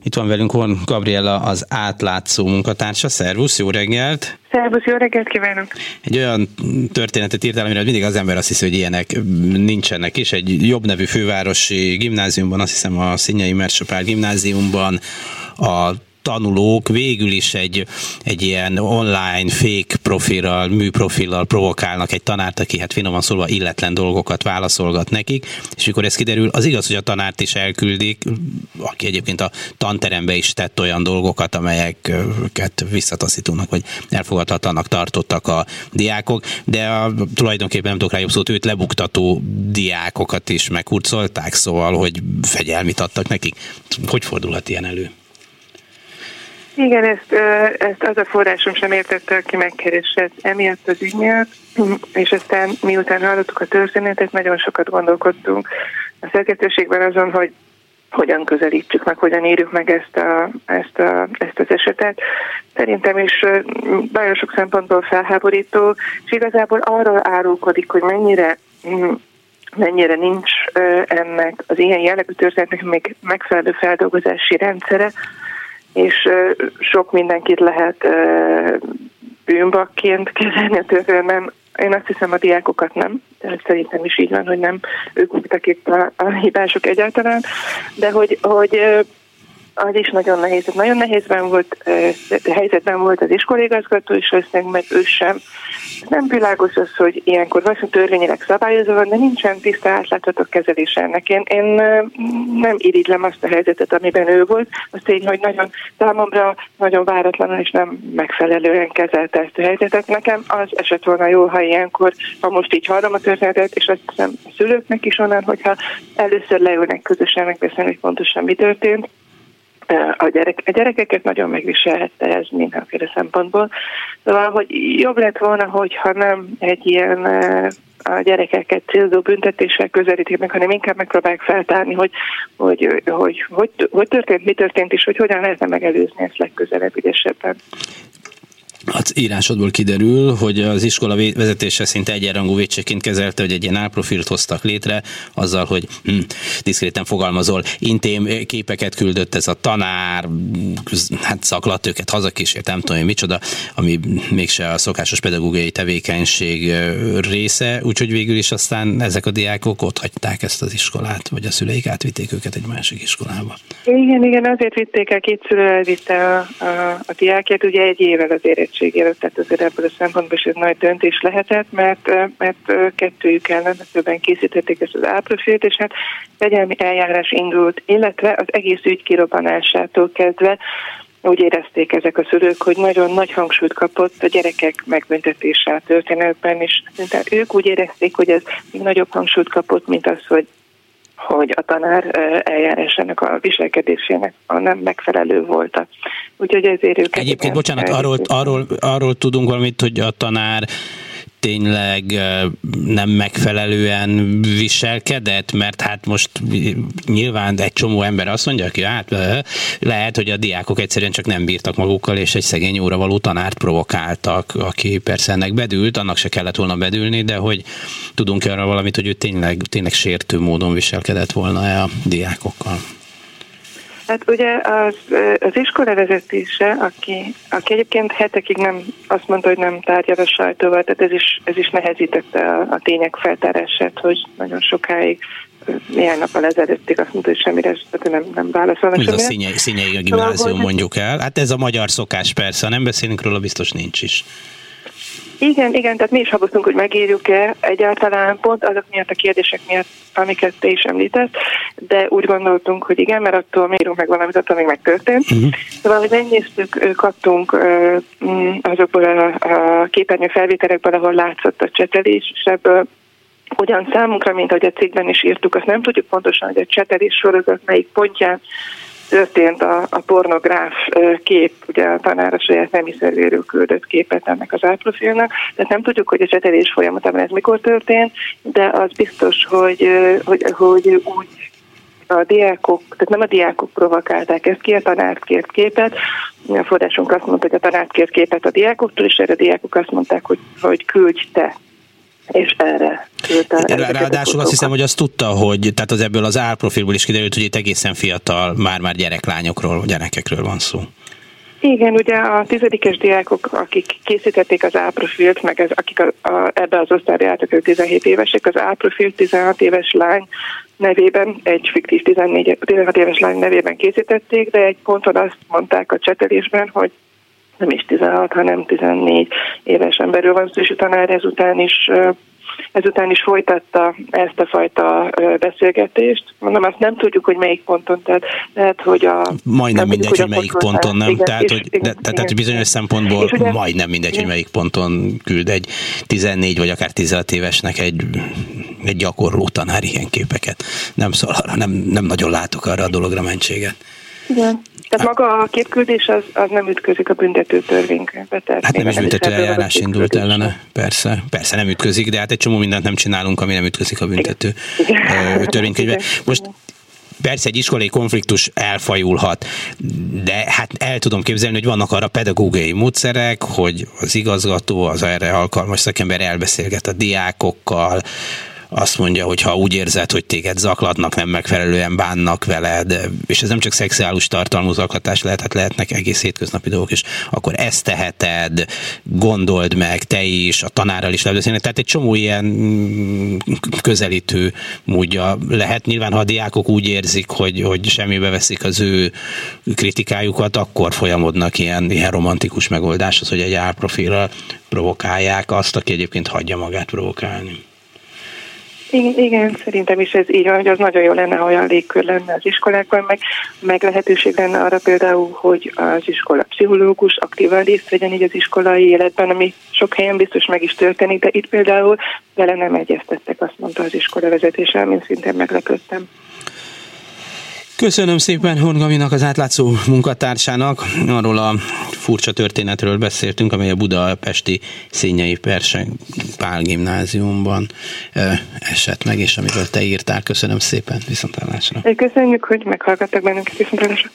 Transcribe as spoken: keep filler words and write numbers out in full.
Itt van velünk Horn Gabriella, az Átlátszó munkatársa. Szervusz, jó reggelt! Szervusz, jó reggelt kívánok! Egy olyan történetet írtál, amire mindig az ember azt hiszi, hogy ilyenek nincsenek is. Egy jobb nevű fővárosi gimnáziumban, azt hiszem a Szinyei Mersopár gimnáziumban a tanulók végül is egy, egy ilyen online fake profillal, műprofillal provokálnak egy tanárt, aki hát finoman szólva illetlen dolgokat válaszolgat nekik, és amikor ez kiderül, az igaz, hogy a tanárt is elküldik, aki egyébként a tanterembe is tett olyan dolgokat, amelyeket visszataszítónak, vagy elfogadhatatlannak tartottak a diákok, de a, tulajdonképpen nem tudok rá jobb szót, őt lebuktató diákokat is meghurcolták, szóval, hogy fegyelmit adtak nekik. Hogy fordulhat ilyen elő? Igen, ezt, ezt az a forrásom sem értette, aki megkeresett emiatt az ügy miatt, és aztán miután hallottuk a történetet, nagyon sokat gondolkodtunk a szerkesztőségben azon, hogy hogyan közelítsük meg, hogyan írjuk meg ezt, a, ezt, a, ezt az esetet. Szerintem is nagyon sok szempontból felháborító, és igazából arról árulkodik, hogy mennyire mennyire nincs ennek az ilyen jellegű történetnek még megfelelő feldolgozási rendszere, és sok mindenkit lehet bűnbakként kezelni a történetben. Én azt hiszem, a diákokat nem, de szerintem is így van, hogy nem ők voltak itt a, a hibások egyáltalán, de hogy, hogy az is nagyon nehéz. Nagyon nehézben volt, helyzetben volt az iskolaigazgató is, aztán meg ő sem. Nem világos az, hogy ilyenkor valószínűleg törvényileg szabályozva van, de nincsen tiszta átlátható kezelés ennek. Én, én nem irigylem azt a helyzetet, amiben ő volt. Az tény, hogy nagyon számomra nagyon váratlanul és nem megfelelően kezelte ezt a helyzetet. Nekem az esett volna jól, ha ilyenkor, ha most így hallom a történetet, és azt hiszem a szülőknek is onnan, hogyha először leülnek közösen megbeszélni, hogy pontosan mi történt. A, gyerek, a gyerekeket nagyon megviselhette ez mindenféle szempontból. Szóval, hogy jobb lett volna, hogyha nem egy ilyen a gyerekeket célzó büntetéssel közelítik meg, hanem inkább megpróbálják feltárni, hogy hogy, hogy, hogy, hogy történt, mi történt, és hogy hogyan lehetne megelőzni ezt legközelebb ügyesebben. Az írásodból kiderül, hogy az iskola vezetése szinte egyenrangú vétségként kezelte, hogy egy ilyen álprofilt hoztak létre, azzal, hogy hm, diszkréten fogalmazol, intém képeket küldött ez a tanár, hát szaklat őket, hazakísért, nem tudom én micsoda, ami mégse a szokásos pedagógiai tevékenység része, úgyhogy végül is aztán ezek a diákok ott hagyták ezt az iskolát, vagy a szüleik átvitték őket egy másik iskolába. Igen, igen, azért vitték el, két szülő elvitte a, a, a diákját, ugye egy évvel azért előtt, tehát azért ebből a szempontból is ez nagy döntés lehetett, mert, mert kettőjük ellen többen készítették ezt az álprofilt, és hát fegyelmi eljárás indult, illetve az egész ügy kirobbanásától kezdve úgy érezték ezek a szülők, hogy nagyon nagy hangsúlyt kapott a gyerekek megbüntetése a történetben, és szerintem ők úgy érezték, hogy ez még nagyobb hangsúlyt kapott, mint az, hogy hogy a tanár eljárásának a viselkedésének a nem megfelelő volt. Úgyhogy ezért őket... Egyébként, bocsánat, arról, arról, arról tudunk valamit, hogy a tanár tényleg nem megfelelően viselkedett, mert hát most nyilván egy csomó ember azt mondja, hogy hát lehet, hogy a diákok egyszerűen csak nem bírtak magukkal, és egy szegény óra való tanárt provokáltak, aki persze ennek bedült, annak se kellett volna bedülni, de hogy tudunk arra valamit, hogy ő tényleg, tényleg sértő módon viselkedett volna a diákokkal. Hát ugye az, az iskola vezetése, aki, aki egyébként hetekig nem, azt mondta, hogy nem tárgyal a sajtóval, tehát ez is, ez is nehezítette a, a tények feltárását, hogy nagyon sokáig, néhány nappal ezelőttig azt mondta, hogy semmire nem, nem válaszolnak. Ez a Szinyei, Szinyei gimnázium, mondjuk el. Hát ez a magyar szokás persze, ha nem beszélünk róla, biztos nincs is. Igen, igen, tehát mi is haboztunk, hogy megírjuk-e egyáltalán pont azok miatt a kérdések miatt, amiket te is említett, de úgy gondoltunk, hogy igen, mert attól mi írunk meg valamit, attól még megtörtént. Uh-huh. Szóval, hogy megnéztük, kaptunk azokból a, a képernyő felvételekből, ahol látszott a csetelés, és ebből ugyan számunkra, mint ahogy a cikkben is írtuk, azt nem tudjuk pontosan, hogy a csetelés sorozat melyik pontján történt a, a pornográf kép, ugye a tanár a saját nemi szervéről küldött képet ennek az álprofilnak, tehát nem tudjuk, hogy a csetelés folyamatában ez mikor történt, de az biztos, hogy, hogy, hogy úgy a diákok, tehát nem a diákok provokálták ezt ki, a tanár kért képet, a forrásunk azt mondta, hogy a tanár kért képet a diákoktól, és erre a diákok azt mondták, hogy, hogy küldj te és erre küldte. Ráadásul azt hiszem, hogy azt tudta, hogy tehát az ebből az álprofilból is kiderült, hogy itt egészen fiatal, már-már gyereklányokról, gyerekekről van szó. Igen, ugye a tizedikes diákok, akik készítették az álprofilt, meg ez, akik a, a, ebbe az osztályba jártak, ők tizenhét évesek, az álprofilt tizenhat éves lány nevében, egy fiktív tizennégy, tizenhat éves lány nevében készítették, de egy ponton azt mondták a csetelésben, hogy nem is tizenhat, hanem tizennégy éves emberről van szó, és utána ezután is ezután is folytatta ezt a fajta beszélgetést. Mondom, azt nem tudjuk, hogy melyik ponton, tehát lehet, hogy a... Majdnem mindegy, tudjuk, hogy melyik ponton nem, igen, tehát, és, hogy, igen, de, tehát igen. bizonyos szempontból ugye, majdnem mindegy, igen. hogy melyik ponton küld egy tizennégy vagy akár tizenhat évesnek egy, egy gyakorló tanár ilyen képeket. Nem szól arra, nem, nem nagyon látok arra a dologra mentséget. Igen. Tehát maga a képküldés az, az nem ütközik a büntető törvénykönyvbe. Hát nem is büntető eljárás indult ellene, persze. Persze nem ütközik, de hát egy csomó mindent nem csinálunk, ami nem ütközik a büntető törvénykönyvbe. Most persze egy iskolai konfliktus elfajulhat, de hát el tudom képzelni, hogy vannak arra pedagógiai módszerek, hogy az igazgató, az erre alkalmas szakember elbeszélget a diákokkal, azt mondja, hogy ha úgy érzed, hogy téged zaklatnak, nem megfelelően bánnak veled, és ez nem csak szexuális tartalmú zaklatás lehet, hát lehetnek egész hétköznapi dolgok is, akkor ezt teheted, gondold meg, te is, a tanárral is lebeszélni. Tehát egy csomó ilyen közelítő módja lehet. Nyilván, ha a diákok úgy érzik, hogy, hogy semmibe veszik az ő kritikájukat, akkor folyamodnak ilyen, ilyen romantikus megoldáshoz, hogy egy álprofilral provokálják azt, aki egyébként hagyja magát provokálni. Igen, igen, szerintem is ez így van, hogy az nagyon jó lenne, ha olyan légkör lenne az iskolákban, meg, meg lehetőség lenne arra például, hogy az iskola pszichológus aktívan részt vegyen így az iskolai életben, ami sok helyen biztos meg is történik, de itt például vele nem egyeztettek, azt mondta az iskola vezetése, amin szintén meglepődtem. Köszönöm szépen Horn Gabinak, az átlátszó munkatársának. Arról a furcsa történetről beszéltünk, amely a budapesti Szényei Persek Pál gimnáziumban esett meg, és amiről te írtál. Köszönöm szépen, viszontlátásra. Köszönjük, hogy meghallgattak bennünket, viszontlátásra.